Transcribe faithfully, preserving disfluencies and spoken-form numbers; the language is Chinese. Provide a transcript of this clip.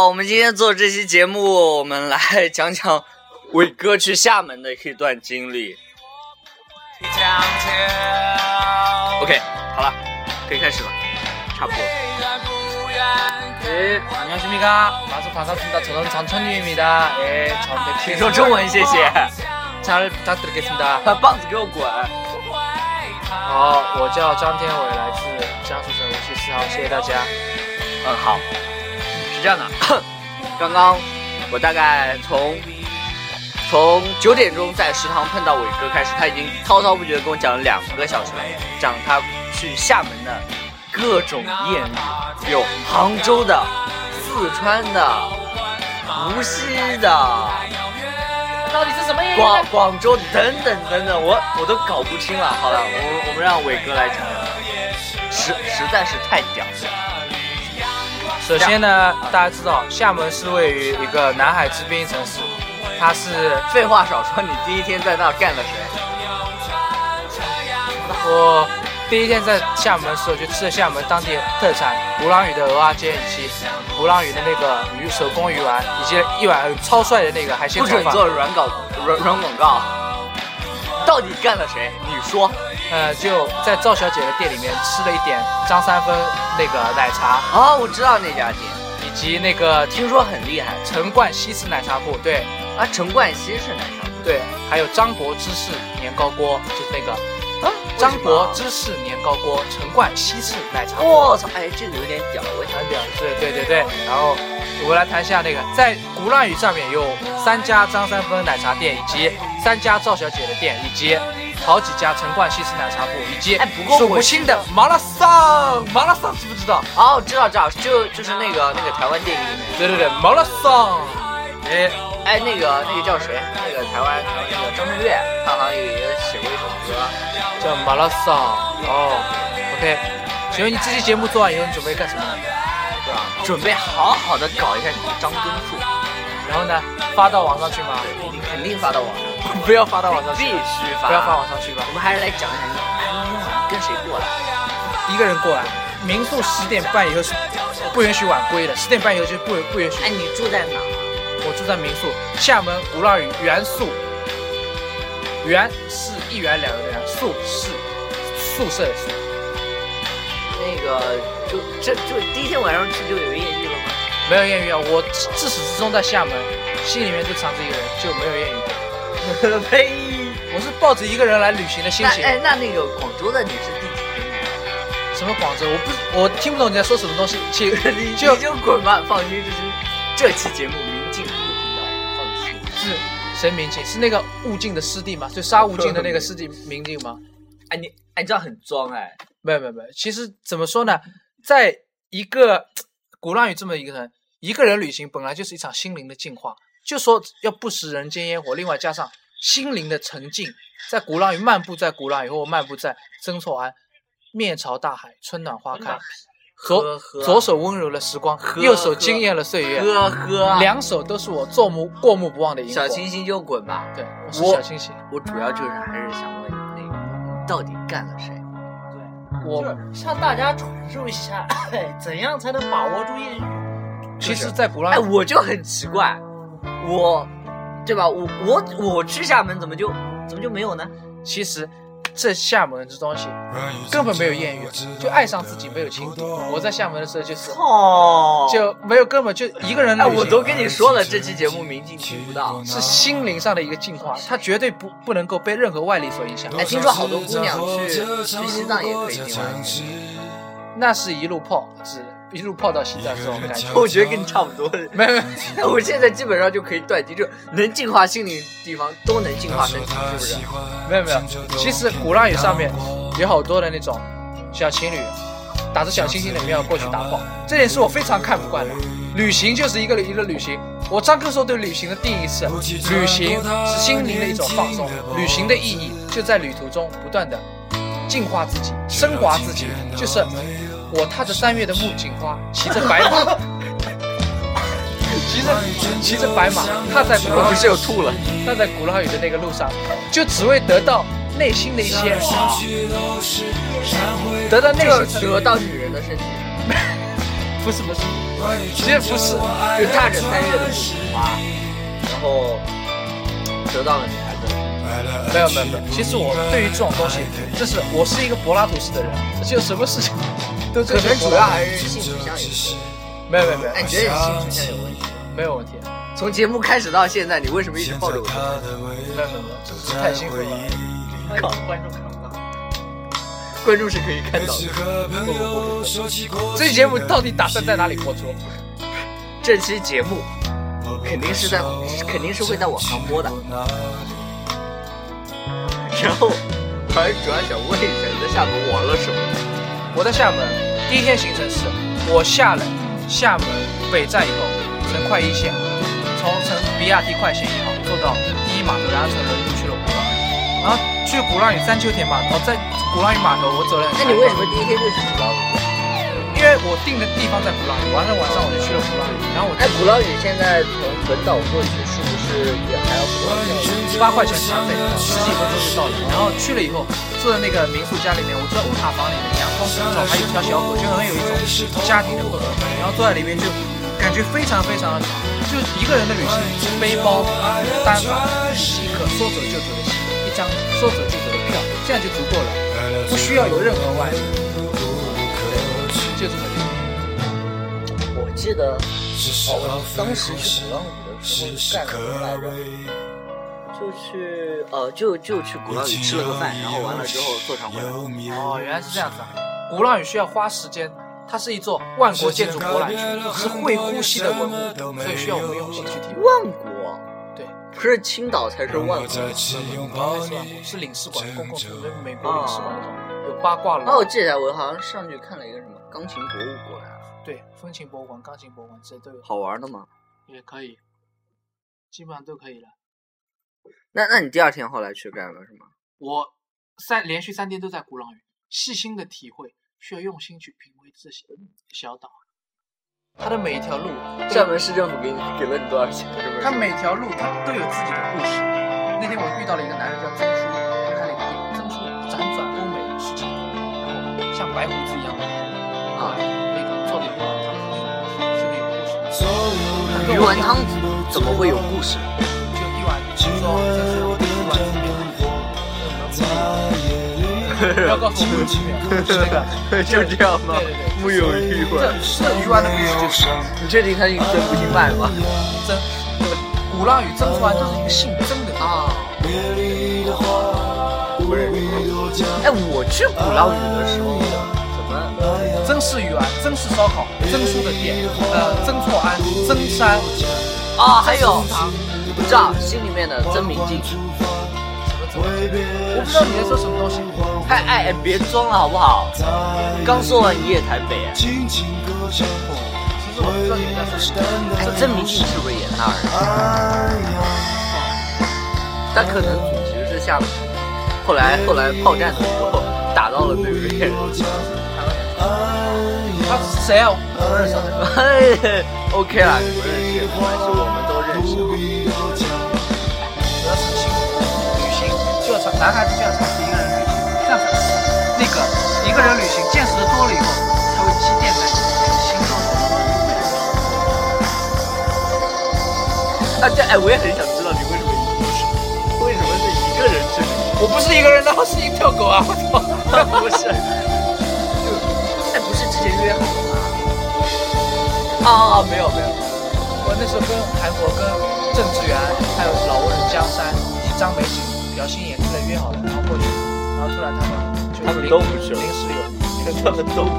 我们今天做这期节目，我们来讲讲伟哥去厦门的一段经历。OK， 好了，可以开始了，差不多。 네, 안녕하십니까. 만수 반갑습니다. 저는 장천유입니다. 예, 처음 뵙겠습니다. 请说中文，谢谢。 잘 부탁드리겠습니다. 棒子给我滚！ 好，我叫张天伟，来自江苏省无锡四号，谢谢大家。 嗯，好，是这样的，刚刚我大概从从九点钟在食堂碰到伟哥开始，他已经滔滔不绝地跟我讲了两个小时了，讲他去厦门的各种艳遇，有杭州的、四川的、无锡的。 到底是什么艳遇？ 广广州等等等等，我我都搞不清了。好了，我我们让伟哥来讲讲，实实在是太屌了。 首先呢，大家知道厦门是位于一个南海之滨城市，它是废话少说，你第一天在那儿干了谁？ 我第一天在厦门的时候就吃了厦门当地特产鼓浪屿的鹅啊煎，以及鼓浪屿的那个鱼手工鱼丸，以及一碗超帅的那个海鲜炒饭。 不准做软广软软广告，到底干了谁？你说。 呃，就在赵小姐的店里面吃了一点张三丰那个奶茶啊、哦，我知道那家店， 以及那个听说很厉害陈冠希式奶茶铺，对啊，陈冠希式奶茶铺， 对，还有张国芝士年糕锅，就是那个。 啊，张国芝士年糕锅，陈冠希式奶茶。 我操，哎，这个有点屌，我很屌。对对对对。然后我来谈一下那个，在鼓浪屿上面有三家张三丰奶茶店，以及三家赵小姐的店，以及好几家陈冠希式奶茶铺，以及数不清的麻辣烫。麻辣烫知不知道？ 哦，知道知道，就就是那个那个台湾电影里面。 对对对，麻辣烫。哎哎，那个那个叫谁？那个台湾台湾那个张震岳，他好像也写过一首歌。 叫马拉桑哦 ，OK。请问你这期节目做完以后，你准备干什么呢？ 对吧？准备好好的搞一下你的张根硕， 然后呢，发到网上去吗？ 你肯定发到网上， 不要发到网上去， 必须发， 不要发网上去吧。 我们还是来讲一下你，哎，你晚上跟谁过来？ 一个人过来。民宿十点半以后是不允许晚归的，十点半以后就不不允许。 哎，你住在哪？ 我住在民宿，厦门鼓浪屿原宿。 元是一元两元的元，宿是宿舍的宿。 那个就这就第一天晚上去就有艳遇了吗？ 没有艳遇啊！我自始至终在厦门，心里面就藏着一个人，就没有艳遇。 呸！ 我是抱着一个人来旅行的心情。 哎，那那个广州的你是第几天？ 什么广州？我不，我听不懂你在说什么东西。请你就你就滚吧！放心，这是这期节目明镜不听到，放心。 是。 谁明镜？是那个悟净的师弟吗？就杀悟净的那个师弟明镜吗？ 哎，你哎，你这样很装哎。 没有没有没有，其实怎么说呢，在一个鼓浪屿这么一个人，一个人旅行本来就是一场心灵的净化，就说要不食人间烟火，另外加上心灵的沉静，在鼓浪屿漫步在鼓浪屿或漫步在曾厝垵，面朝大海，春暖花开。 左左手温柔了时光，右手惊艳了岁月。 呵呵， 两手都是我做目过目不忘的萤火。 小清新就滚吧。 对，我是小清新。 我主要就是还是想问你，那个你到底干了谁？ 对，我向大家传授一下，怎样才能把握住艳遇。 其实，在鼓浪屿， 哎，我就很奇怪，我，对吧？我我我去厦门怎么就怎么就没有呢？ 其实。 这厦门这东西根本没有艳遇，就爱上自己没有情敌。我在厦门的时候就是， 哦， 就没有根本就一个人旅行。 哎，我都跟你说了，这期节目明镜听不到， 是心灵上的一个净化，它绝对不不能够被任何外力所影响。 哎，听说好多姑娘去去西藏也可以净化， 那是一路泡，是一路泡到西藏之后，感觉我觉得跟你差不多。 没有， 没有，我现在基本上就可以断定，就能净化心灵的地方都能净化身体，是不是？ 没有没有，其实鼓浪屿上面有好多的那种小情侣，打着小星星的名号过去打炮，这点是我非常看不惯的。旅行就是一个一个旅行，我张哥说对旅行的定义是，旅行是心灵的一种放松，旅行的意义就在旅途中不断的净化自己，升华自己，就是我踏着三月的木槿花，骑着白马。骑着骑着白马，他在鼓浪屿是有吐了， 他在鼓浪屿的那个路上，就只为得到内心的一些，得到内心得到女人的身体， 不是不是，其实不是， 就踏着三月的木花，然后得到了女孩子。 没有没有没有。其实我对于这种东西，就是我是一个柏拉图式的人，就什么事情都可能主要还是性取向有问题。 没有没有没有。 哎，你觉得你性取向有问题吗？ 没有问题。 从节目开始到现在，你为什么一直抱着我？ 没有没有没有，只是太兴奋了。 看观众看不到， 观众是可以看到的。 这期节目到底打算在哪里播出？ 这期节目肯定是在，肯定是会在网上播的。然后，还主要想问一下，你在厦门玩了什么？ 我在厦门第一天行程是，我下了厦门北站以后，乘快一线，从乘 B R T 快线一号坐到第一码头，然后乘轮渡去了鼓浪屿，然后去鼓浪屿三秋田码头，在鼓浪屿码头我走了很。 那你为什么第一天就去鼓浪屿？ 因为我定的地方在鼓浪屿，完了晚上我就去了鼓浪屿，然后我。 哎，鼓浪屿现在从本岛过去是不是也还要多少钱？ 八块钱船费，十几分钟就到了。然后去了以后，坐在那个民宿家里面，我坐在五塔房里面，阳光普照，还有条小狗，就很有一种家庭的氛围。然后坐在里面就感觉非常非常的好，就一个人的旅行，背包、单反、即可说走就走的行，一张说走就走的票，这样就足够了，不需要有任何外力。就这么定。 我记得，哦，当时去鼓浪屿的时候干了什么来着？就去，呃，就就去鼓浪屿吃了个饭，然后完了之后坐船回来。 哦，原来是这样子啊！鼓浪屿需要花时间，它是一座万国建筑博览区，是会呼吸的文物，所以需要我们用心去体会。 万国？ 对， 不是青岛才是万国， 那是万国，是领事馆，公共处的美国领事馆那种。有八卦楼。 哦，我记得我好像上去看了一个什么钢琴博物馆。 对，风琴博物馆、钢琴博物馆这些都有。 好玩的吗？ 也可以，基本上都可以了。 那那你第二天后来去干了什么？ 我三连续三天都在鼓浪屿，细心的体会，需要用心去品味这些小岛。它的每一条路， 厦门市政府给你给了你多少钱？ 它每条路它都有自己的故事。那天我遇到了一个男人叫曾叔，他开了一个店，曾叔辗转欧美十几年，然后像白胡子一样的啊，那个做的鱼丸汤是个有故事的。 鱼丸汤怎么会有故事？ 就一碗，比如说曾叔一碗煮面，不要告诉我没有区别，是那个就这样吗？ 对对对， 木有鱼丸。 这这鱼丸的故事就是， 你确定他是真不姓麦吗？ 曾，鼓浪屿曾叔丸就是一个姓曾的啊。不认识。哎，我去鼓浪屿的时候，怎么？ 曾氏鱼丸、曾氏烧烤、曾叔的店，呃，曾厝垵、曾山， 啊，还有不知道心里面的曾明镜。 我不知道你在说什么东西。 哎哎哎，别装了好不好？刚说完一夜台北。哎， 其实我不知道你在说什么。 哎，曾明镜是不是也那儿人？但可能主其实是厦门。后来后来炮战的时候打到了对面。 他是谁啊？我不认识他。 哎 ，OK 啦，你不认识也没关系，我们都认识。 主要是幸福旅行，就要尝，男孩子就要尝试一个人旅行，这样才是那个一个人旅行，见识的多了以后，才会积淀在你的心中。 啊，这哎，我也很想知道你为什么为什么是一个人去旅行？ 我不是一个人，然后是一条狗啊！我操， 不是。之前约好了吗？啊，没有没有， 我那时候跟韩国、跟郑志源，还有老汶江山以及张美景、表心眼之类约好了，然后过去，然后突然他们就他们都不去了， 临时有， 他们都